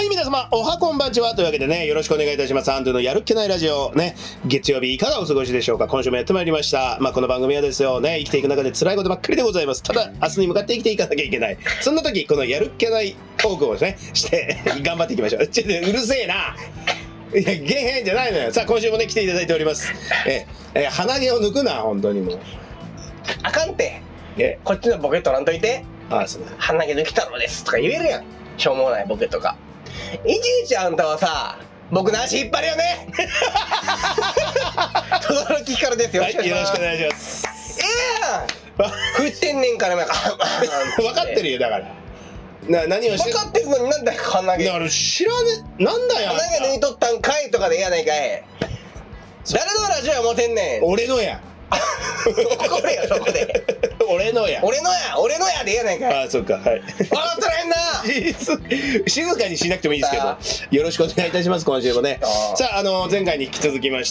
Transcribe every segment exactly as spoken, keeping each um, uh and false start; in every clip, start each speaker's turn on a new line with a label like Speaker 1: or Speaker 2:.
Speaker 1: はい皆様おはこんばんちはというわけでね、よろしくお願いいたします。アンドゥのやるっけないラジオね、月曜日いかがお過ごしでしょうか。今週もやってまいりました。まあこの番組はですよね、生きていく中で辛いことばっかりでございます。ただ明日に向かって生きていかなきゃいけない、そんな時このやるっけないトークをねして頑張っていきましょう。ちょっとうるせえな、いやゲヘンじゃないのよ。さあ今週もね来ていただいております。ええ鼻毛を抜くな本当にもう
Speaker 2: あかんて。
Speaker 1: え
Speaker 2: こっちのボケ取らんといて。
Speaker 1: ああそうね、
Speaker 2: 鼻毛抜き太郎ですとか言えるやん、しょうもないボケとか。いちいちあんたはさ、僕の足引っ張るよね。轟ひかるですよ。
Speaker 1: はい、よろしくお願いします。
Speaker 2: ええやん、食ってんねんから分か
Speaker 1: ってるよ。だからな何をして
Speaker 2: 分かってるのになんだよ鼻毛。
Speaker 1: だから知らねなんだよ
Speaker 2: 鼻毛抜いとったんかいとかでええやないかい。誰のラジオや思てんねん。
Speaker 1: 俺のや
Speaker 2: これやそこで
Speaker 1: 俺のや
Speaker 2: 俺のや俺のやでええやないかい。
Speaker 1: ああそっか、はい
Speaker 2: 分かったらへんな。
Speaker 1: 静かにしなくてもいいですけど、よろしくお願いいたします。今週もね。さあ、あの前回に引き続きまして、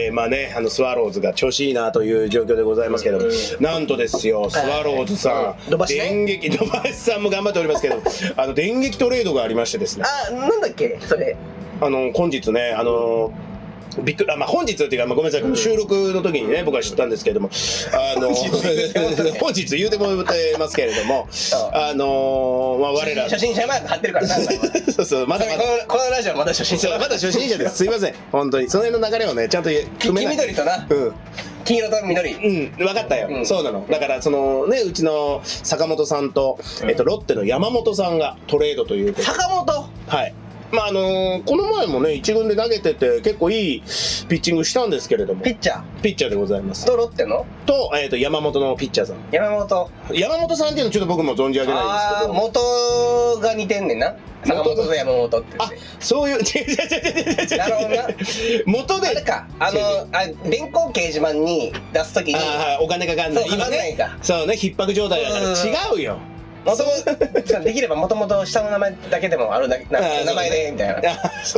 Speaker 1: えー、まあね、あのスワローズが調子いいなという状況でございますけど、うん、なんとですよ、スワローズさん、うん、電撃土橋さんも頑張っておりますけど、あの電撃トレードがありましてですね。
Speaker 2: あ、なんだっけそれ。
Speaker 1: あの本日ね、あのびっくり、あ、まあ、本日っていうか、まあ、ごめんなさい、うん、収録の時にね僕は知ったんですけども、あの本日言うてもらってますけれども、あのー、まあ我ら
Speaker 2: 初心者マーク貼ってるからな。
Speaker 1: そうそう、まだまだこの、このラジオまだ初心者まだ初心者です。すいません本当にその辺の流れをねちゃんと
Speaker 2: 組めない。黄緑とな、うん、黄色と緑、
Speaker 1: うん分かったよ、うん、そうなの。だからそのね、うちの坂本さんと、えっと、ロッテの山本さんがトレードということで。
Speaker 2: 坂本、
Speaker 1: はい、まああのー、この前もね一軍で投げてて結構いいピッチングしたんですけれども、
Speaker 2: ピッチャー
Speaker 1: ピッチャーでございます。
Speaker 2: とロッテの
Speaker 1: と、えー、と山本のピッチャーさん、
Speaker 2: 山本
Speaker 1: 山本さんっていうのちょっと僕も存じ上げないんですけど、
Speaker 2: 元が似てんねんな、坂本と山本って。
Speaker 1: あ、そういう違う違う違う違う違う、なるほどな。元で
Speaker 2: あれか、あのあ電光掲示板に出すときに、
Speaker 1: ああお金かかんない、今ね、そうね、逼迫状態だから違うよ。もとも
Speaker 2: とできればもともと下の名前だけでもあるだけ名前でみたいな。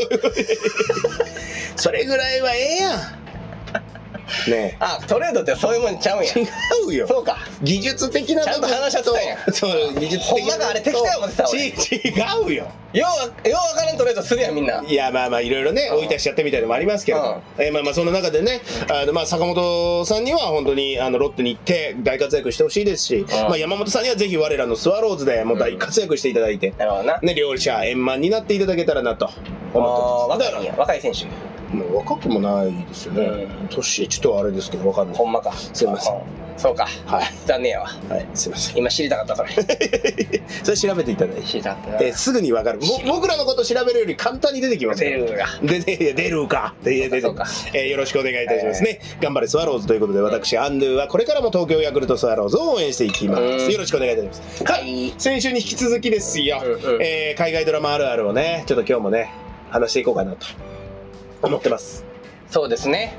Speaker 1: それぐらいはええやんね。
Speaker 2: あ、トレードってそういうもんちゃうんや。
Speaker 1: 違うよ。
Speaker 2: そうか。
Speaker 1: 技術的な
Speaker 2: ちゃんと話し合ってたんや。
Speaker 1: そう、技術的な。
Speaker 2: ほんまかあれ適当や思ってた俺。
Speaker 1: 違うよ。
Speaker 2: ようよう分からんトレードするやんみんな。
Speaker 1: いやまあまあいろいろね追い出しちゃってみたいなのもありますけど、えまあまあその中でね、あのまあ坂本さんには本当にあのロッテに行って大活躍してほしいですし、まあ山本さんにはぜひ我らのスワローズでもう大活躍していただいて、
Speaker 2: なるほどな。ね、
Speaker 1: 両者円満になっていただけたらなと思ってます。
Speaker 2: 若いんや、若い選手。
Speaker 1: もう若くもないですよね。年ちょっとあれですけどわかんない。
Speaker 2: ほんまか。
Speaker 1: すいません。
Speaker 2: そうか。
Speaker 1: はい。
Speaker 2: 残念やわ。
Speaker 1: はい。すいません。
Speaker 2: 今知りたかったそれ。
Speaker 1: それ調べていただいて。
Speaker 2: 知りたかった。
Speaker 1: えすぐにわかる。僕らのこと調べるより簡単に出てきます。
Speaker 2: 出るか。
Speaker 1: でで出るか。で出るか。えよろしくお願いいたしますね。頑張れスワローズということで、私アンドゥはこれからも東京ヤクルトスワローズを応援していきます。よろしくお願いいたします。はい。先週に引き続きですよ。え海外ドラマあるあるをね、ちょっと今日もね話していこうかなと思ってます。
Speaker 2: そうですね。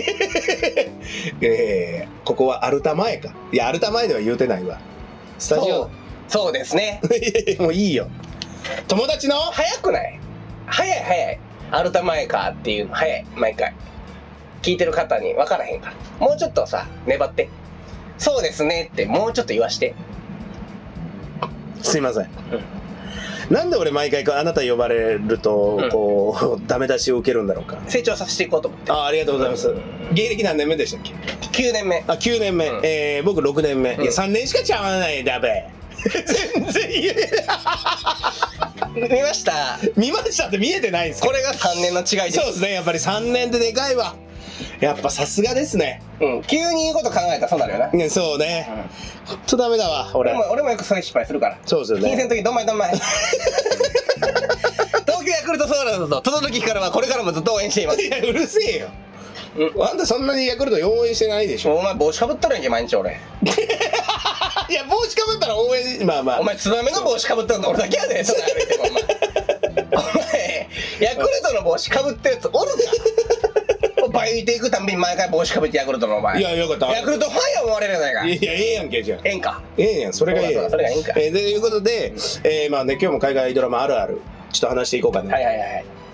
Speaker 1: えー、ここはアルタ前か。いやアルタ前では言うてないわ。スタジオ。
Speaker 2: そうですね。
Speaker 1: もういいよ。友達の
Speaker 2: 早くない？早い早い。アルタ前かっていうの早い、毎回聞いてる方に分からへんから、もうちょっとさ粘って。そうですねってもうちょっと言わして。
Speaker 1: すいません、うん、なんで俺毎回あなた呼ばれるとこう、うん、ダメ出しを受けるんだろうか。
Speaker 2: 成長させていこうと思って。
Speaker 1: あありがとうございます、うん、芸歴何年目でしたっけ？
Speaker 2: きゅうねんめ。
Speaker 1: あきゅうねんめ、うん、えー、僕ろくねんめ、うん、いやさんねんしかちゃわないだべ。全然言え
Speaker 2: ない見ました
Speaker 1: 見ましたって見えてないんですか？
Speaker 2: これがさんねんの違いです。
Speaker 1: そうですね、やっぱりさんねんででかいわ。やっぱさすがですね。
Speaker 2: うん、急に言うこと考えたらそうなるよな。
Speaker 1: ね、そうね、うん、ほんとダメだわ俺。
Speaker 2: 俺も俺もよくそれ失敗するから。
Speaker 1: そうですよね。
Speaker 2: 金銭の時どんまいどんまい。東京ヤクルトスワローズと轟ひかるはこれからもずっと応援しています。
Speaker 1: いやうるせえよ、うん、あんたそんなにヤクルト応援してないでしょ。
Speaker 2: お前帽子かぶっとるやんけ毎日俺。
Speaker 1: いや帽子かぶったら応援、まあまあ
Speaker 2: お前ツバメの帽子かぶってるの俺だけやで。そんな歩いてもお前お前ヤクルトの帽子かぶってるやつおるか。バイていくたんびに毎回帽子かぶってヤクルトのお前。
Speaker 1: いやよかった。
Speaker 2: ヤクルトファンや思われるやないか。
Speaker 1: いやええやんけじゃん。
Speaker 2: ええんか。
Speaker 1: ええやん、それがええやん。
Speaker 2: それがええんか。
Speaker 1: えー、ということで、えー、まあね今日も海外ドラマあるあるちょっと話していこうかな。
Speaker 2: はいはいはい。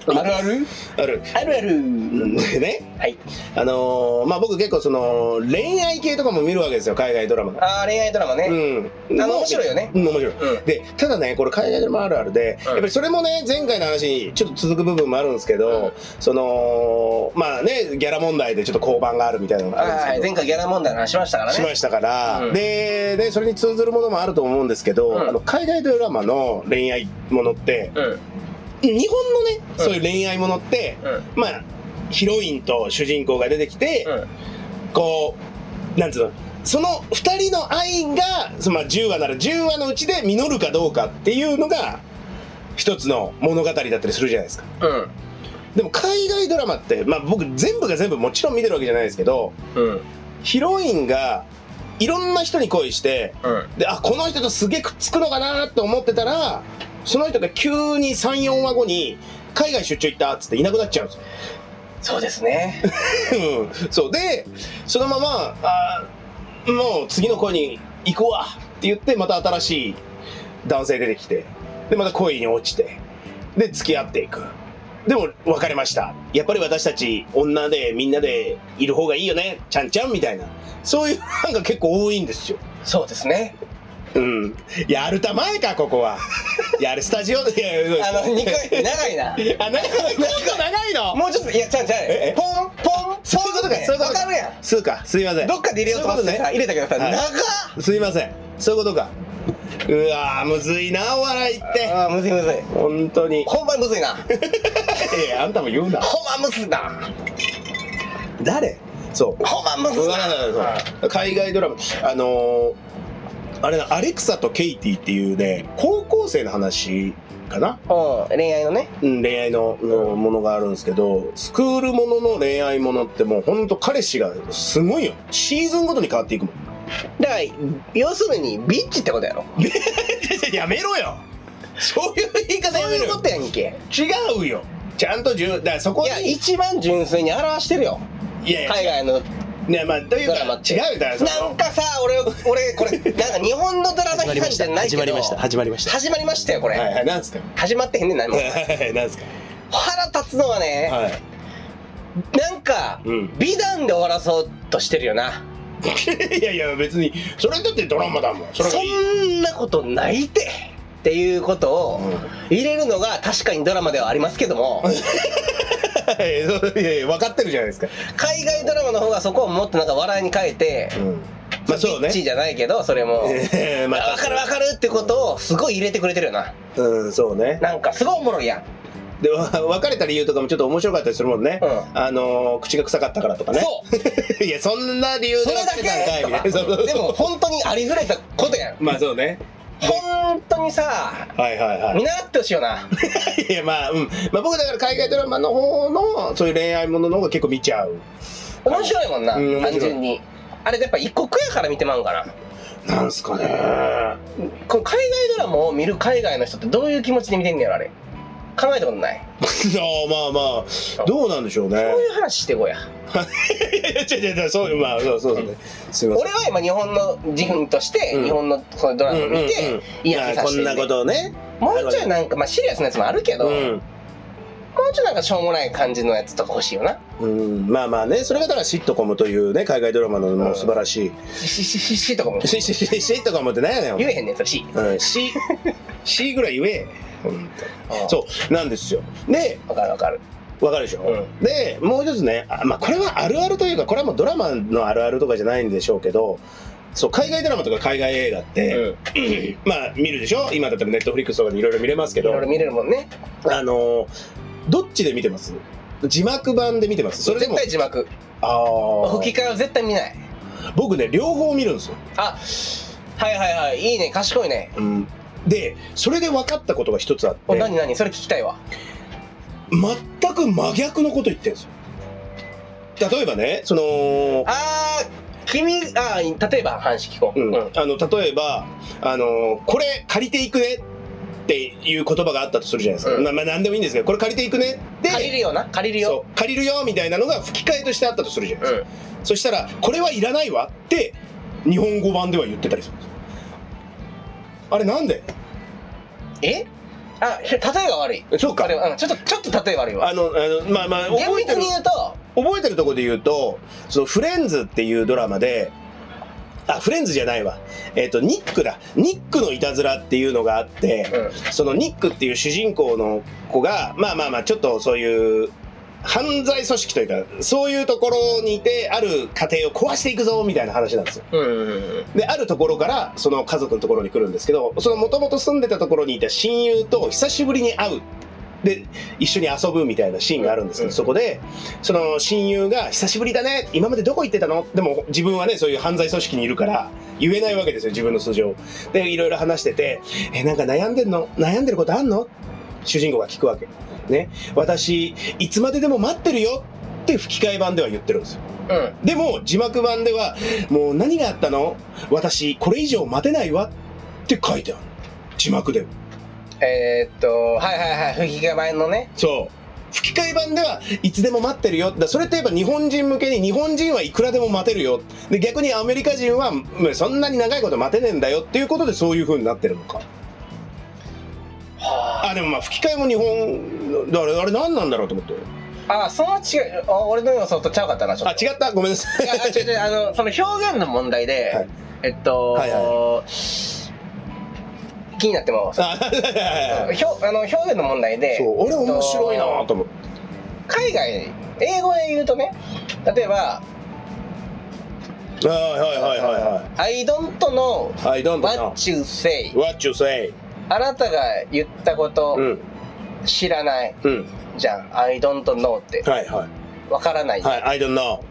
Speaker 2: あるある
Speaker 1: ある
Speaker 2: あるある
Speaker 1: うんでね、
Speaker 2: はい。
Speaker 1: あのーまあ僕結構その恋愛系とかも見るわけですよ、海外ドラマ。
Speaker 2: ああ、恋愛ドラマね。
Speaker 1: うん、
Speaker 2: あの面白いよね。
Speaker 1: うん、面白い。
Speaker 2: うん。
Speaker 1: でただね、これ海外ドラマあるあるで、
Speaker 2: うん
Speaker 1: やっぱりそれもね前回の話にちょっと続く部分もあるんですけど、
Speaker 2: うん
Speaker 1: そのまあねギャラ問題でちょっと降板があるみたいなのがあるんですけど、
Speaker 2: はい、前回ギャラ問題の話しましたからね。
Speaker 1: しましたから、
Speaker 2: うん
Speaker 1: ででそれに通ずるものもあると思うんですけど、
Speaker 2: うん
Speaker 1: あの海外ドラマの恋愛ものって
Speaker 2: うん。
Speaker 1: 日本のね、
Speaker 2: うん
Speaker 1: そういう恋愛ものって、
Speaker 2: うん。
Speaker 1: まあヒロインと主人公が出てきて、
Speaker 2: うん。
Speaker 1: こうなんつうの、そのふたりの愛が、そのまあじゅうわならじゅうわのうちで実るかどうかっていうのが一つの物語だったりするじゃないですか。
Speaker 2: うん。
Speaker 1: でも海外ドラマって、まあ僕全部が全部もちろん見てるわけじゃないですけど、
Speaker 2: うん。
Speaker 1: ヒロインがいろんな人に恋して、
Speaker 2: うん。
Speaker 1: で、あ、この人とすげえくっつくのかなって思ってたら、その人が急にさん、よんわごに海外出張行ったっつっていなくなっちゃうんですよ。
Speaker 2: そうですね。
Speaker 1: うんそうで、そのままあもう次の恋に行くわって言ってまた新しい男性出てきて、でまた恋に落ちて、で付き合っていく。でも別れました。やっぱり私たち女でみんなでいる方がいいよね、ちゃんちゃんみたいな、そういうなんか結構多いんですよ。
Speaker 2: そうですね。
Speaker 1: うん。やるた前かここは。いやあれスタジオで。いや
Speaker 2: あのにかい長いな。
Speaker 1: あ長い長いの。
Speaker 2: もうちょっといやちゃうちゃう
Speaker 1: ええ
Speaker 2: ポンポン
Speaker 1: そういうことか、そういうことか。
Speaker 2: わかるやん。
Speaker 1: そうか、すいません。
Speaker 2: どっかで入れようと思ってさ入れたけどさ、
Speaker 1: はい
Speaker 2: 長っ。
Speaker 1: すいません、そういうことか。うわーむずいなお笑いって
Speaker 2: ああむずいむずい。
Speaker 1: 本当に。
Speaker 2: ほんまにむずいな。
Speaker 1: いやあんたも言うな。
Speaker 2: ほんまむずいな。
Speaker 1: 誰。そう
Speaker 2: ほんまむずいな。
Speaker 1: そう海外ドラマあのー、あれな、アレクサとケイティっていうね高校生の話かな、
Speaker 2: うん、恋愛のね。
Speaker 1: うん、恋愛ののものがあるんですけど、スクールものの恋愛ものってもうほんと彼氏がすごいよ。シーズンごとに変わっていくもん。
Speaker 2: だから要するにビッチってことやろ。
Speaker 1: やめろよ、そういう言い方やめろよ。
Speaker 2: そういうことやんけ。
Speaker 1: 違うよ、ちゃんとじゅだからそこに
Speaker 2: いや一番純粋に表してるよ。
Speaker 1: いやいや
Speaker 2: 海外の
Speaker 1: ね、まあというか
Speaker 2: ドラマって
Speaker 1: 違うよ、だからその
Speaker 2: なんかさ俺俺これなんか日本のドラマ批判じゃないけど
Speaker 1: 始まりました始まりました
Speaker 2: 始まりましたよこれ、
Speaker 1: はいはい、なんですか。
Speaker 2: 始まってへんねん何も
Speaker 1: はいはいなんですか。
Speaker 2: 腹立つのはね、
Speaker 1: はい
Speaker 2: なんか、
Speaker 1: うん
Speaker 2: 美談で終わらそうとしてるよな。
Speaker 1: いやいや別にそれだってドラマだもん。それ
Speaker 2: そ
Speaker 1: がいい。
Speaker 2: んなことないてっていうことを入れるのが確かにドラマではありますけども
Speaker 1: いやいや分かってるじゃないですか。
Speaker 2: 海外ドラマの方がそこをもっとなんか笑いに変えて、
Speaker 1: うんまあそうね
Speaker 2: ビッチじゃないけどそれも
Speaker 1: えーまあ
Speaker 2: 分かる分かるってことをすごい入れてくれてるよな。
Speaker 1: うんそうね。
Speaker 2: なんかすごいおもろいやん。
Speaker 1: でわ別れた理由とかもちょっと面白かったりするもんね、
Speaker 2: う
Speaker 1: あのー口が臭かったからとかね。
Speaker 2: そう
Speaker 1: いやそんな理由で
Speaker 2: それだ
Speaker 1: 別れたんかいみたいな。
Speaker 2: け
Speaker 1: そうそうそう
Speaker 2: でも本当にありふれたことやん。
Speaker 1: まあそうね。
Speaker 2: 本当にさ
Speaker 1: はいはいはい
Speaker 2: 見習ってほしいよな。
Speaker 1: いやまあうんまあ僕だから海外ドラマの方のそういう恋愛ものの方が結構見ちゃう。
Speaker 2: 面白いもんな、
Speaker 1: うん面白い
Speaker 2: 単純にあれやっぱ一国やから見てまうんかな。
Speaker 1: なんすかね。
Speaker 2: この海外ドラマを見る海外の人ってどういう気持ちで見てんねやろあれ。考えたことない。
Speaker 1: いやまあまあどうなんでしょうね。
Speaker 2: そういう話してこや。
Speaker 1: いやいや違う違うそうまあそうそうね。すみません。
Speaker 2: 俺は今日本の人として
Speaker 1: うん
Speaker 2: 日本のそのドラマを見て
Speaker 1: うんうんうん
Speaker 2: いや
Speaker 1: まあこんなことをね。
Speaker 2: もうちょいなんかまあシリアスなやつもあるけど、も
Speaker 1: うん。
Speaker 2: うちょいなんかしょうもない感じのやつとか欲しいよな。
Speaker 1: うん、まあまあね、それがだからシットコムというね、海外ドラマのもう素晴らしい。
Speaker 2: ししししとかも
Speaker 1: シシシシットコムって何やねん。
Speaker 2: 言えへんねんそれし。
Speaker 1: うん、シ、シぐらい言え。ほんと
Speaker 2: うん
Speaker 1: そう、なんですよ。で、
Speaker 2: わかるわかる。
Speaker 1: わかるでしょ、
Speaker 2: う
Speaker 1: で、もう一つね、あまあこれはあるあるというか、これはもうドラマのあるあるとかじゃないんでしょうけど、そう海外ドラマとか海外映画って、
Speaker 2: うん
Speaker 1: まあ見るでしょ。今だったらネットフリックスとかでいろいろ見れますけど、
Speaker 2: いろいろ見れるもんね。
Speaker 1: あのどっちで見てます？字幕版で見てます？それで
Speaker 2: 絶
Speaker 1: も
Speaker 2: 対字幕。
Speaker 1: ああ
Speaker 2: 吹き替えは絶対見ない。
Speaker 1: 僕ね両方見るんですよ。
Speaker 2: あ、はいはいはい、いいね、賢いね。
Speaker 1: うん、でそれで分かったことが一つあって、
Speaker 2: お、何何それ聞きたいわ。
Speaker 1: 全く真逆のこと言ってるんですよ。例えばね、その
Speaker 2: あー、君、あー、例えば話聞こう。
Speaker 1: うん
Speaker 2: うん。
Speaker 1: あの例えばあのこれ借りていくねっていう言葉があったとするじゃないですか、
Speaker 2: うん
Speaker 1: なまあ何でもいいんですけど、これ借りていくねって
Speaker 2: 借りるよな、借りる
Speaker 1: そ
Speaker 2: よ。
Speaker 1: う借りるよみたいなのが吹き替えとしてあったとするじゃないですか、
Speaker 2: うん。
Speaker 1: そしたらこれはいらないわって日本語版では言ってたりするんですよ。あれなんで？
Speaker 2: えあ、例えが悪い。
Speaker 1: そうか
Speaker 2: それは、うん、ちょっとちょっと例え悪いわ。
Speaker 1: あのあのまあまあ
Speaker 2: 厳
Speaker 1: 覚えてる
Speaker 2: 密に言うと、
Speaker 1: 覚えてるところで言うとそのフレンズっていうドラマで、あフレンズじゃないわ、えっ、とニックだニックのいたずらっていうのがあって、
Speaker 2: うん、
Speaker 1: そのニックっていう主人公の子がまあまあまあちょっとそういう犯罪組織というかそういうところにいてある家庭を壊していくぞみたいな話なんですよ。
Speaker 2: うんうんうん、
Speaker 1: であるところからその家族のところに来るんですけど、そのもともと住んでたところにいた親友と久しぶりに会うで一緒に遊ぶみたいなシーンがあるんですけど、
Speaker 2: うん、
Speaker 1: そこでその親友が久しぶりだね、今までどこ行ってたの、でも自分はねそういう犯罪組織にいるから言えないわけですよ、自分の素性で。いろいろ話してて、えなんか悩んでんの悩んでることあんの、主人公が聞くわけね。私いつまででも待ってるよって吹き替え版では言ってるんですよ、うん、でも字幕版ではもう何があったの、私これ以上待てないわって書いてある、字幕で。
Speaker 2: えー、っとはいはいはい、吹き替え版のね。
Speaker 1: そう吹き替え版ではいつでも待ってるよ。だそれってやっぱ日本人向けに、日本人はいくらでも待てるよで、逆にアメリカ人はそんなに長いこと待てねえんだよっていうことでそういう風になってるのか。はあ、あでもまあ吹き替えも日本だからあれ何なんだろうと思って。
Speaker 2: ああ、その違い、あ俺の予想とちゃうかったな、ちょっと。
Speaker 1: あ違った、ごめんなさい。
Speaker 2: いや違う違う、あのその表現の問題で、はい、えっと、はいはい、気になってます。あの表現の問題で、
Speaker 1: そう俺面白いなと思って。
Speaker 2: 海外英語で言うとね、例えば
Speaker 1: はいはいはいはいはい。
Speaker 2: I don't know
Speaker 1: I don't know
Speaker 2: what you say.
Speaker 1: What you say.
Speaker 2: あなたが言ったこと、うん、知らない、うん、じゃん。I don't know って。はいはい。わからない。
Speaker 1: はい。I don't know.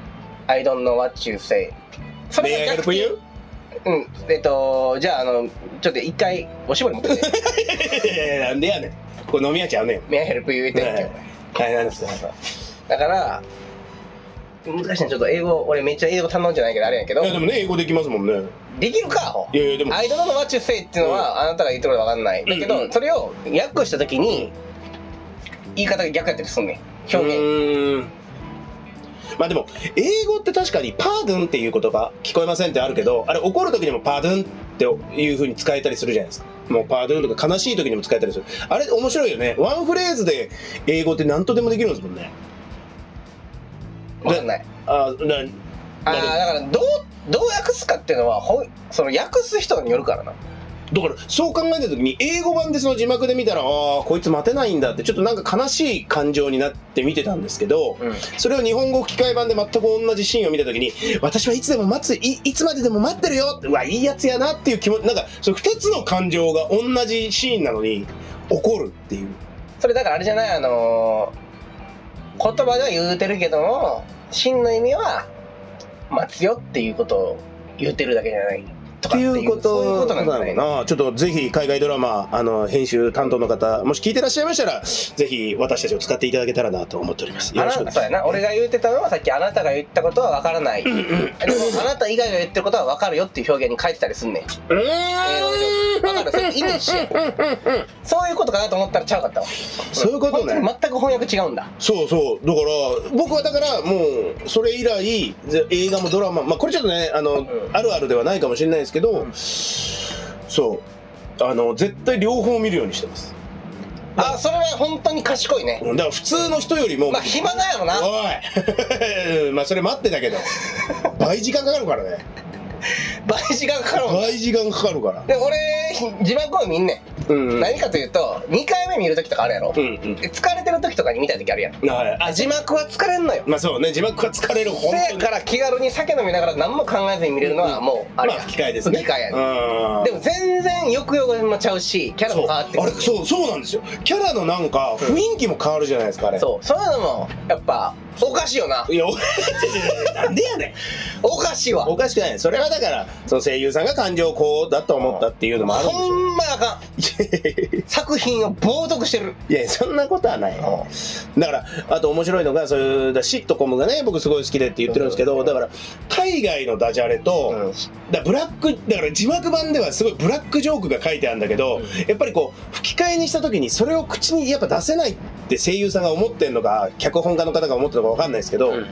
Speaker 2: I don't know what you say. それが
Speaker 1: May I help you?
Speaker 2: うん。えっとじゃああのちょっと一回おしぼり持ってて。
Speaker 1: いやいやなんでやねん。これ飲み屋ちゃうねん。
Speaker 2: May I help you 言ってんけど。
Speaker 1: はい、なんですか。
Speaker 2: だから難しいな、ちょっと英語俺めっちゃ英語頼んじゃないけどあれやけど。
Speaker 1: いやでもね英語できますもんね。
Speaker 2: できるかほ。
Speaker 1: いやいやでも
Speaker 2: I don't know what you say っていうのは、うん、あなたが言ってることわかんない。だけど、うんうん、それを訳した時に言い方が逆やったりすんねん、表現。うーん、
Speaker 1: まあでも英語って確かにパードゥンっていう言葉聞こえませんってあるけど、あれ怒る時にもパードゥンっていう風に使えたりするじゃないですか。もうパードゥンとか悲しい時にも使えたりする。あれ面白いよね。ワンフレーズで英語って何とでもできるんですもんね。
Speaker 2: わかんない。
Speaker 1: あな
Speaker 2: あだからどうどう訳すかっていうのはほその訳す人によるからな。
Speaker 1: だからそう考えた時に英語版でその字幕で見たら、ああこいつ待てないんだってちょっとなんか悲しい感情になって見てたんですけど、うん、それを日本語吹き替え版で全く同じシーンを見た時に、私はいつでも待つ い, いつまででも待ってるよ、うわいいやつやなっていう気持ち、なんかそのふたつの感情が同じシーンなのに怒るっていう。
Speaker 2: それだからあれじゃない、あのー、言葉では言うてるけども真の意味は待つよっていうことを言うてるだけじゃないとかっていうことなんだろうな。
Speaker 1: ちょっとぜひ海外ドラマあの編集担当の方もし聞いてらっしゃいましたら、ぜひ私たちを使っていただけたらなと思っております。よろしくお願いします。
Speaker 2: そうやな、俺が言ってたのはさっきあなたが言ったことは分からない、でもあなた以外が言ってることは分かるよっていう表現に書いてたりすんねん。うん、分かる、それイメージしてそういうことかなと思ったらちゃうかったわ。
Speaker 1: そういうことね。
Speaker 2: 全く翻訳違うんだ。
Speaker 1: そうそうだから僕はだからもうそれ以来映画もドラマ、まあこれちょっとねあの、うん、あるあるではないかもしれないですけど、うん、そうあの絶対両方見るようにしてます。
Speaker 2: あ、それは本当に賢いね。
Speaker 1: だから普通の人よりも
Speaker 2: まあ暇だよな。
Speaker 1: おいまあそれ待ってたけど倍時間かかるからね。
Speaker 2: 倍時間かかるもん。
Speaker 1: 倍時間かかるから。
Speaker 2: で俺字幕を見んねん、うんうん、何かというとにかいめ見るときとかあるやろ、うんうん、疲れてるときとかに見たいときあるやん、はい、あ字幕は疲れんのよ。
Speaker 1: まあそうね、字幕は疲れる。
Speaker 2: 本当にせやから気軽に酒飲みながら何も考えずに見れるのはもうあれや、
Speaker 1: まあ吹き替えですね。
Speaker 2: 吹き替えやね。でも全然抑揚もちゃうしキャラも変わってくる。
Speaker 1: あれそうそうなんですよ。キャラのなんか雰囲気も変わるじゃないですか、あれ。
Speaker 2: そうそういうのもやっぱおかしいよな。
Speaker 1: いやなんでやねん
Speaker 2: おかしいわ。
Speaker 1: おかしくない。それはだからその声優さんが感情をこうだと思ったっていうのもあるんでしょ。
Speaker 2: ほんまあかん作品を冒涜してる。
Speaker 1: いやそんなことはない。だからあと面白いのがそういうだシットコムがね僕すごい好きでって言ってるんですけど、だから海外のダジャレと、うん、だブラックだから字幕版ではすごいブラックジョークが書いてあるんだけど、うん、やっぱりこう吹き替えにした時にそれを口にやっぱ出せないって声優さんが思ってるのか脚本家の方が思ってるのか分かんないですけど、うん、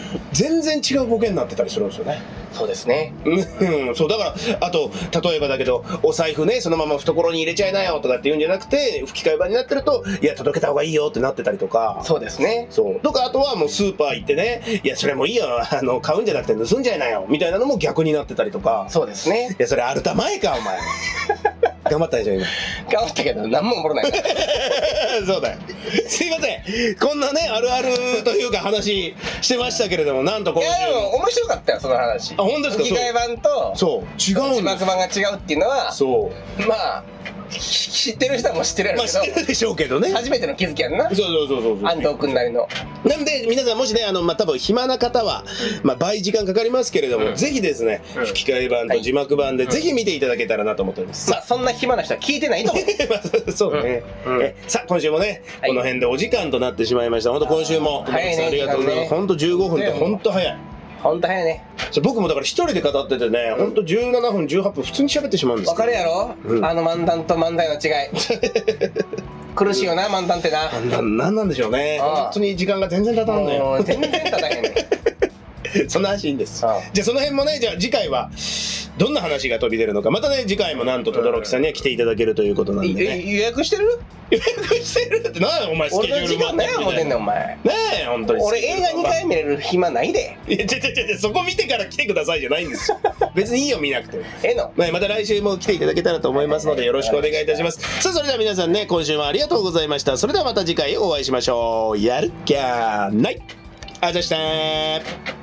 Speaker 1: 全然違うボケになってたりするんですよね。
Speaker 2: そうですね。
Speaker 1: うん、そうだからあと例えばだけどお財布ねそのまま懐に入れちゃいなよとかって言うんじゃなくて吹き替え版になってるといや届けた方がいいよってなってたりとか。
Speaker 2: そうですね。
Speaker 1: そうとかあとはもうスーパー行ってねいやそれもいいよあの買うんじゃなくて盗んじゃいなよみたいなのも逆になってたりとか。
Speaker 2: そうですね。
Speaker 1: いやそれアルタ前かお前頑張ったでしょ今
Speaker 2: 頑張ったけど何もおもろない
Speaker 1: そうだよすいませんこんなねあるあるというか話してましたけれどもなんと今週
Speaker 2: いやでも面白かったよその話。
Speaker 1: あ本当ですか。
Speaker 2: 吹き替え版と
Speaker 1: そう違うんです
Speaker 2: 字幕版が違うっていうのは
Speaker 1: そう
Speaker 2: まあ知ってる人はもう知ってるやろ
Speaker 1: まあ
Speaker 2: うけど、
Speaker 1: 知ってるでしょうけどね。
Speaker 2: 初めての気づきやんな。
Speaker 1: そうそうそうそうそう。
Speaker 2: 安藤君なりの。
Speaker 1: なんで皆さんもしねあのまあ多分暇な方はまあ倍時間かかりますけれども、
Speaker 2: うん、
Speaker 1: ぜひですね、うん、吹き替え版と字幕版でぜひ見ていただけたらなと思っております。
Speaker 2: まあそんな暇な人は聞いてないと思う。
Speaker 1: まあそうね。うんうん、えさあ今週もね、はい、この辺でお時間となってしまいました。本当今週も
Speaker 2: 早いね。
Speaker 1: ありがとうございます。本当じゅうごふんって本当早い。
Speaker 2: 本当早いね。
Speaker 1: 僕もだから一人で語っててね、本当じゅうななふんじゅうはっぷん普通に喋ってしまうんです。
Speaker 2: わかるやろ、うん、あの漫談と漫才の違い。苦しいよな漫談ってな。
Speaker 1: なんなんなんでしょうね。本当に時間が全然経たんのよ。
Speaker 2: 全然経たへんねん。
Speaker 1: そんな話いいんです。じゃあその辺もねじゃあ次回はどんな話が飛び出るのかまたね次回もなんと轟さんには来ていただけるということなんでね。
Speaker 2: 予約してる？
Speaker 1: 予約してるってなんだお前スケジュール
Speaker 2: 俺の時間何や思てんねんお前。
Speaker 1: ねえ本当に。
Speaker 2: 俺映画にかい見れる暇ないで。
Speaker 1: いやちょちょちょそこ見てから来てくださいじゃないんですよ。別にいいよ見なくても。
Speaker 2: ええの。
Speaker 1: まあまた来週も来ていただけたらと思いますのでよろしくお願いいたします。さあそれでは皆さんね今週もありがとうございました。それではまた次回お会いしましょう。やるっきゃない。あざしたー。